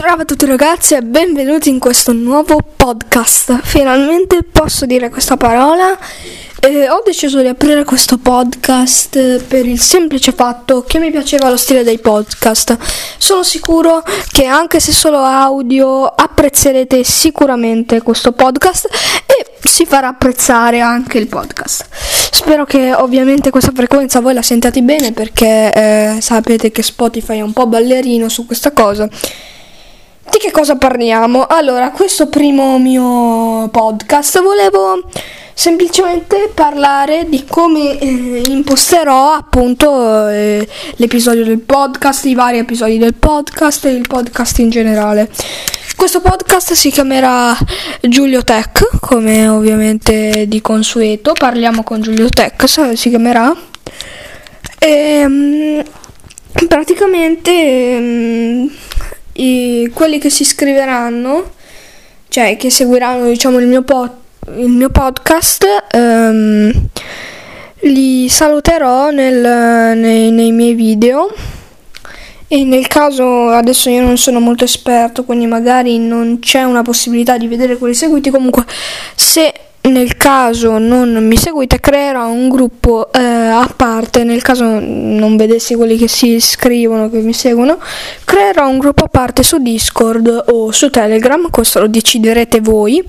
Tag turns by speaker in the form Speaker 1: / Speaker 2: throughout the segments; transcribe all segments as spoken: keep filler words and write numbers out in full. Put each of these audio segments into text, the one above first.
Speaker 1: Ciao a tutti ragazzi e benvenuti in questo nuovo podcast. Finalmente posso dire questa parola. Eh, ho deciso di aprire questo podcast per il semplice fatto che mi piaceva lo stile dei podcast. Sono sicuro che anche se solo audio apprezzerete sicuramente questo podcast e si farà apprezzare anche il podcast. Spero che ovviamente questa frequenza voi la sentiate bene, perché eh, sapete che Spotify è un po' ballerino su questa cosa. Di che cosa parliamo? Allora, questo primo mio podcast volevo semplicemente parlare di come eh, imposterò appunto eh, l'episodio del podcast, i vari episodi del podcast e il podcast in generale. Questo podcast si chiamerà Giulio Tech, come ovviamente di consueto, parliamo con Giulio Tech, si chiamerà. E um, praticamente um, i, quelli che si iscriveranno, cioè che seguiranno diciamo il mio, po- il mio podcast, um, li saluterò nel, nei, nei miei video. E nel caso, adesso io non sono molto esperto, quindi magari non c'è una possibilità di vedere quelli seguiti. Comunque, se nel caso non mi seguite, creerò un gruppo eh, a parte. Nel caso non vedessi quelli che si iscrivono, che mi seguono, creerò un gruppo a parte su Discord o su Telegram, questo lo deciderete voi,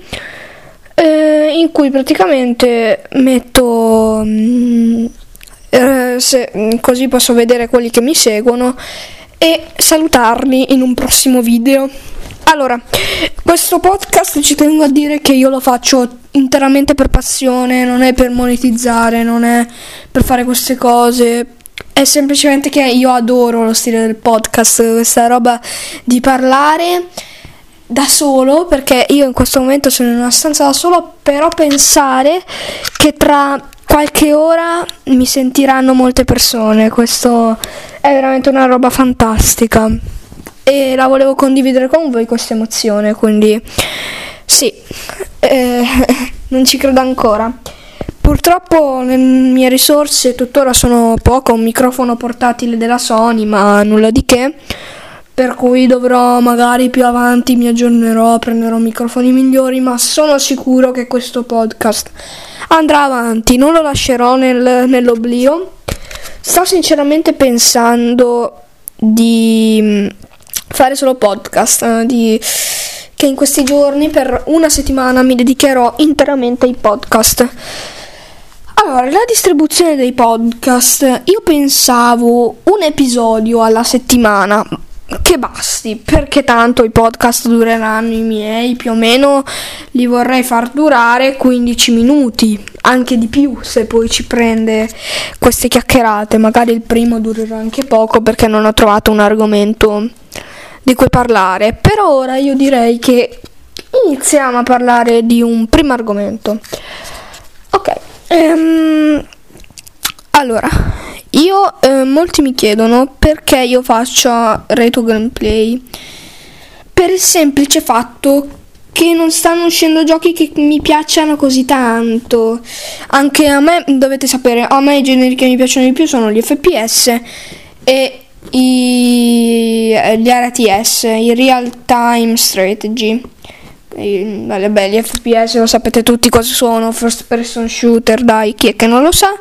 Speaker 1: eh, in cui praticamente metto mh, eh, se, così posso vedere quelli che mi seguono e salutarli in un prossimo video. Allora, questo podcast ci tengo a dire che io lo faccio interamente per passione, non è per monetizzare, non è per fare queste cose, è semplicemente che io adoro lo stile del podcast, questa roba di parlare da solo, perché io in questo momento sono in una stanza da solo, però pensare che tra qualche ora mi sentiranno molte persone, questo è veramente una roba fantastica e la volevo condividere con voi questa emozione, quindi sì, eh, non ci credo ancora. Purtroppo le mie risorse tuttora sono poco, un microfono portatile della Sony, ma nulla di che, per cui dovrò magari più avanti mi aggiornerò, prenderò microfoni migliori, ma sono sicuro che questo podcast andrà avanti, non lo lascerò nel, nell'oblio. Sto sinceramente pensando di fare solo podcast, di, che in questi giorni per una settimana mi dedicherò interamente ai podcast. Allora, la distribuzione dei podcast, io pensavo un episodio alla settimana che basti, perché tanto i podcast dureranno i miei, più o meno li vorrei far durare quindici minuti, anche di più se poi ci prende queste chiacchierate. Magari il primo durerà anche poco perché non ho trovato un argomento di cui parlare. Per ora io direi che iniziamo a parlare di un primo argomento. Ok, ehm, allora io eh, molti mi chiedono perché io faccia retro gameplay, per il semplice fatto che non stanno uscendo giochi che mi piacciono così tanto. Anche a me, dovete sapere, a me i generi che mi piacciono di più sono gli F P S e i, gli R T S, i Real Time Strategy. I, vabbè, gli F P S lo sapete tutti cosa sono, first person shooter, dai, chi è che non lo sa.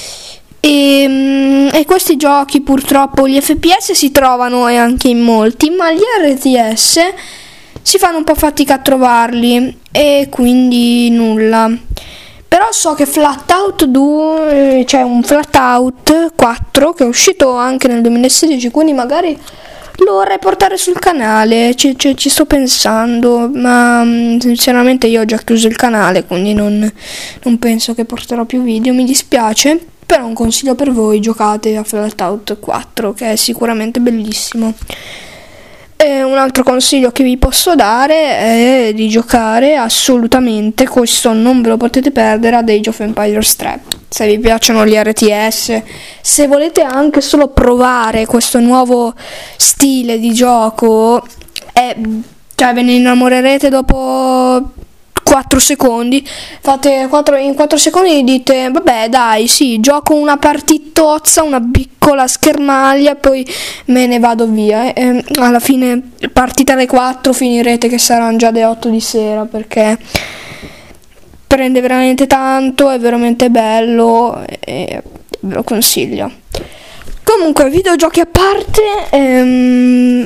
Speaker 1: E, e questi giochi purtroppo, gli F P S si trovano e anche in molti, ma gli R T S si fanno un po' fatica a trovarli e quindi nulla. Però so che Flatout due, c'è un Flatout quattro che è uscito anche nel duemilasedici, quindi magari lo vorrei portare sul canale, ci, ci, ci sto pensando, ma sinceramente io ho già chiuso il canale, quindi non, non penso che porterò più video, mi dispiace. Però un consiglio per voi: giocate a Flatout quattro, che è sicuramente bellissimo. E un altro consiglio che vi posso dare è di giocare assolutamente, questo non ve lo potete perdere, ad Age of Empires tre. Se vi piacciono gli R T S, se volete anche solo provare questo nuovo stile di gioco, è, cioè ve ne innamorerete dopo quattro secondi, fate quattro, in quattro secondi dite vabbè dai sì, gioco una partitozza, una piccola schermaglia, poi me ne vado via e alla fine partita alle quattro finirete che saranno già le otto di sera, perché prende veramente tanto, è veramente bello e ve lo consiglio. Comunque, videogiochi a parte, ehm,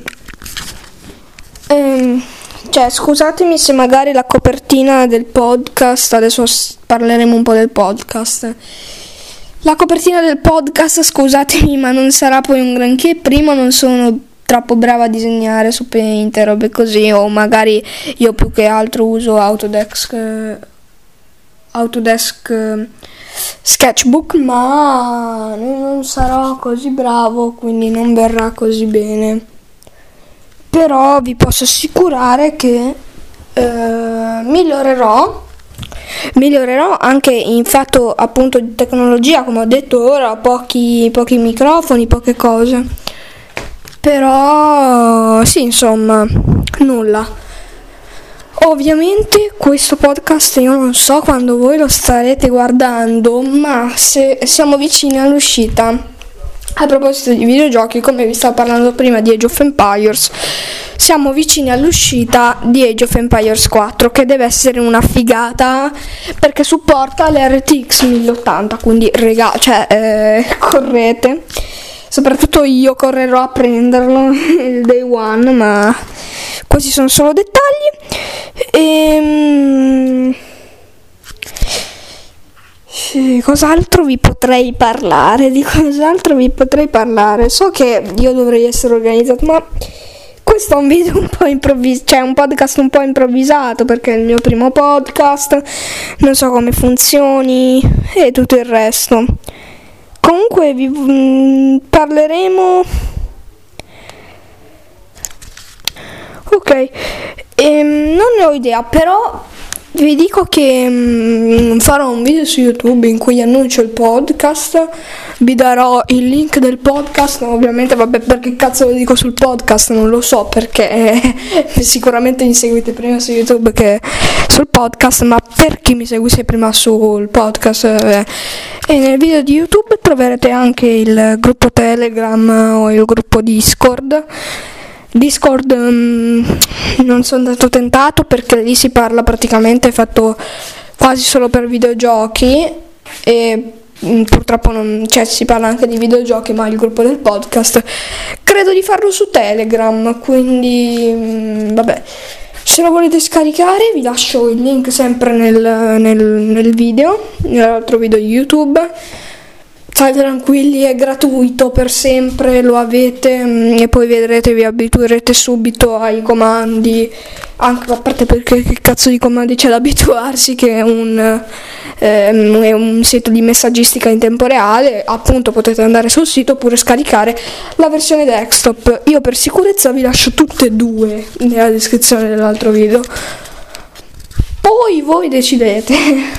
Speaker 1: ehm, cioè scusatemi se magari la copertina del podcast, adesso parleremo un po' del podcast, la copertina del podcast, scusatemi, ma non sarà poi un granché. Primo, non sono troppo brava a disegnare su Paint e robe così, o magari io più che altro uso Autodesk eh, Autodesk eh, Sketchbook, ma non sarò così bravo, quindi non verrà così bene. Però vi posso assicurare che eh, migliorerò migliorerò anche in fatto appunto di tecnologia, come ho detto ora, pochi, pochi microfoni, poche cose. Però sì, insomma, nulla. Ovviamente questo podcast io non so quando voi lo starete guardando, ma se siamo vicini all'uscita. A proposito di videogiochi, come vi stavo parlando prima di Age of Empires, siamo vicini all'uscita di Age of Empires quattro, che deve essere una figata perché supporta l'R T X mille ottanta, quindi rega, cioè eh, correte. Soprattutto io correrò a prenderlo il day one, ma questi sono solo dettagli. Ehm... Sì, cos'altro vi potrei parlare? Di cos'altro vi potrei parlare? So che io dovrei essere organizzato, ma questo è un video un po' improvvisato, cioè un podcast un po' improvvisato, perché è il mio primo podcast, non so come funzioni e tutto il resto. Comunque vi mh, parleremo. Ok, ehm, non ne ho idea, però vi dico che mh, farò un video su YouTube in cui annuncio il podcast, vi darò il link del podcast, ovviamente vabbè, perché cazzo lo dico sul podcast non lo so, perché eh, sicuramente mi seguite prima su YouTube che sul podcast, ma per chi mi seguisse prima sul podcast eh, e nel video di YouTube troverete anche il gruppo Telegram o il gruppo Discord. Discord um, non sono tanto tentato perché lì si parla praticamente fatto quasi solo per videogiochi e um, purtroppo non, cioè si parla anche di videogiochi, ma il gruppo del podcast credo di farlo su Telegram, quindi um, vabbè, se lo volete scaricare vi lascio il link sempre nel, nel, nel video, nell'altro video di YouTube. State tranquilli, è gratuito per sempre, lo avete mh, e poi vedrete, vi abituerete subito ai comandi, anche a parte perché che cazzo di comandi c'è da abituarsi, che è un, ehm, è un sito di messaggistica in tempo reale, appunto potete andare sul sito oppure scaricare la versione desktop. Io per sicurezza vi lascio tutte e due nella descrizione dell'altro video, poi voi decidete.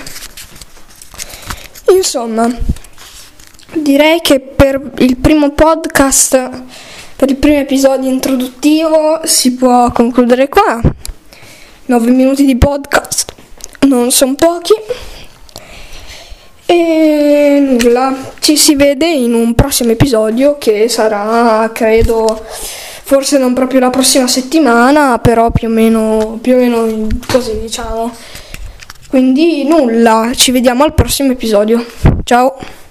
Speaker 1: Insomma, direi che per il primo podcast, per il primo episodio introduttivo si può concludere qua. nove minuti di podcast non sono pochi. E nulla, ci si vede in un prossimo episodio che sarà, credo, forse non proprio la prossima settimana, però più o meno, più o meno così diciamo. Quindi nulla, ci vediamo al prossimo episodio. Ciao!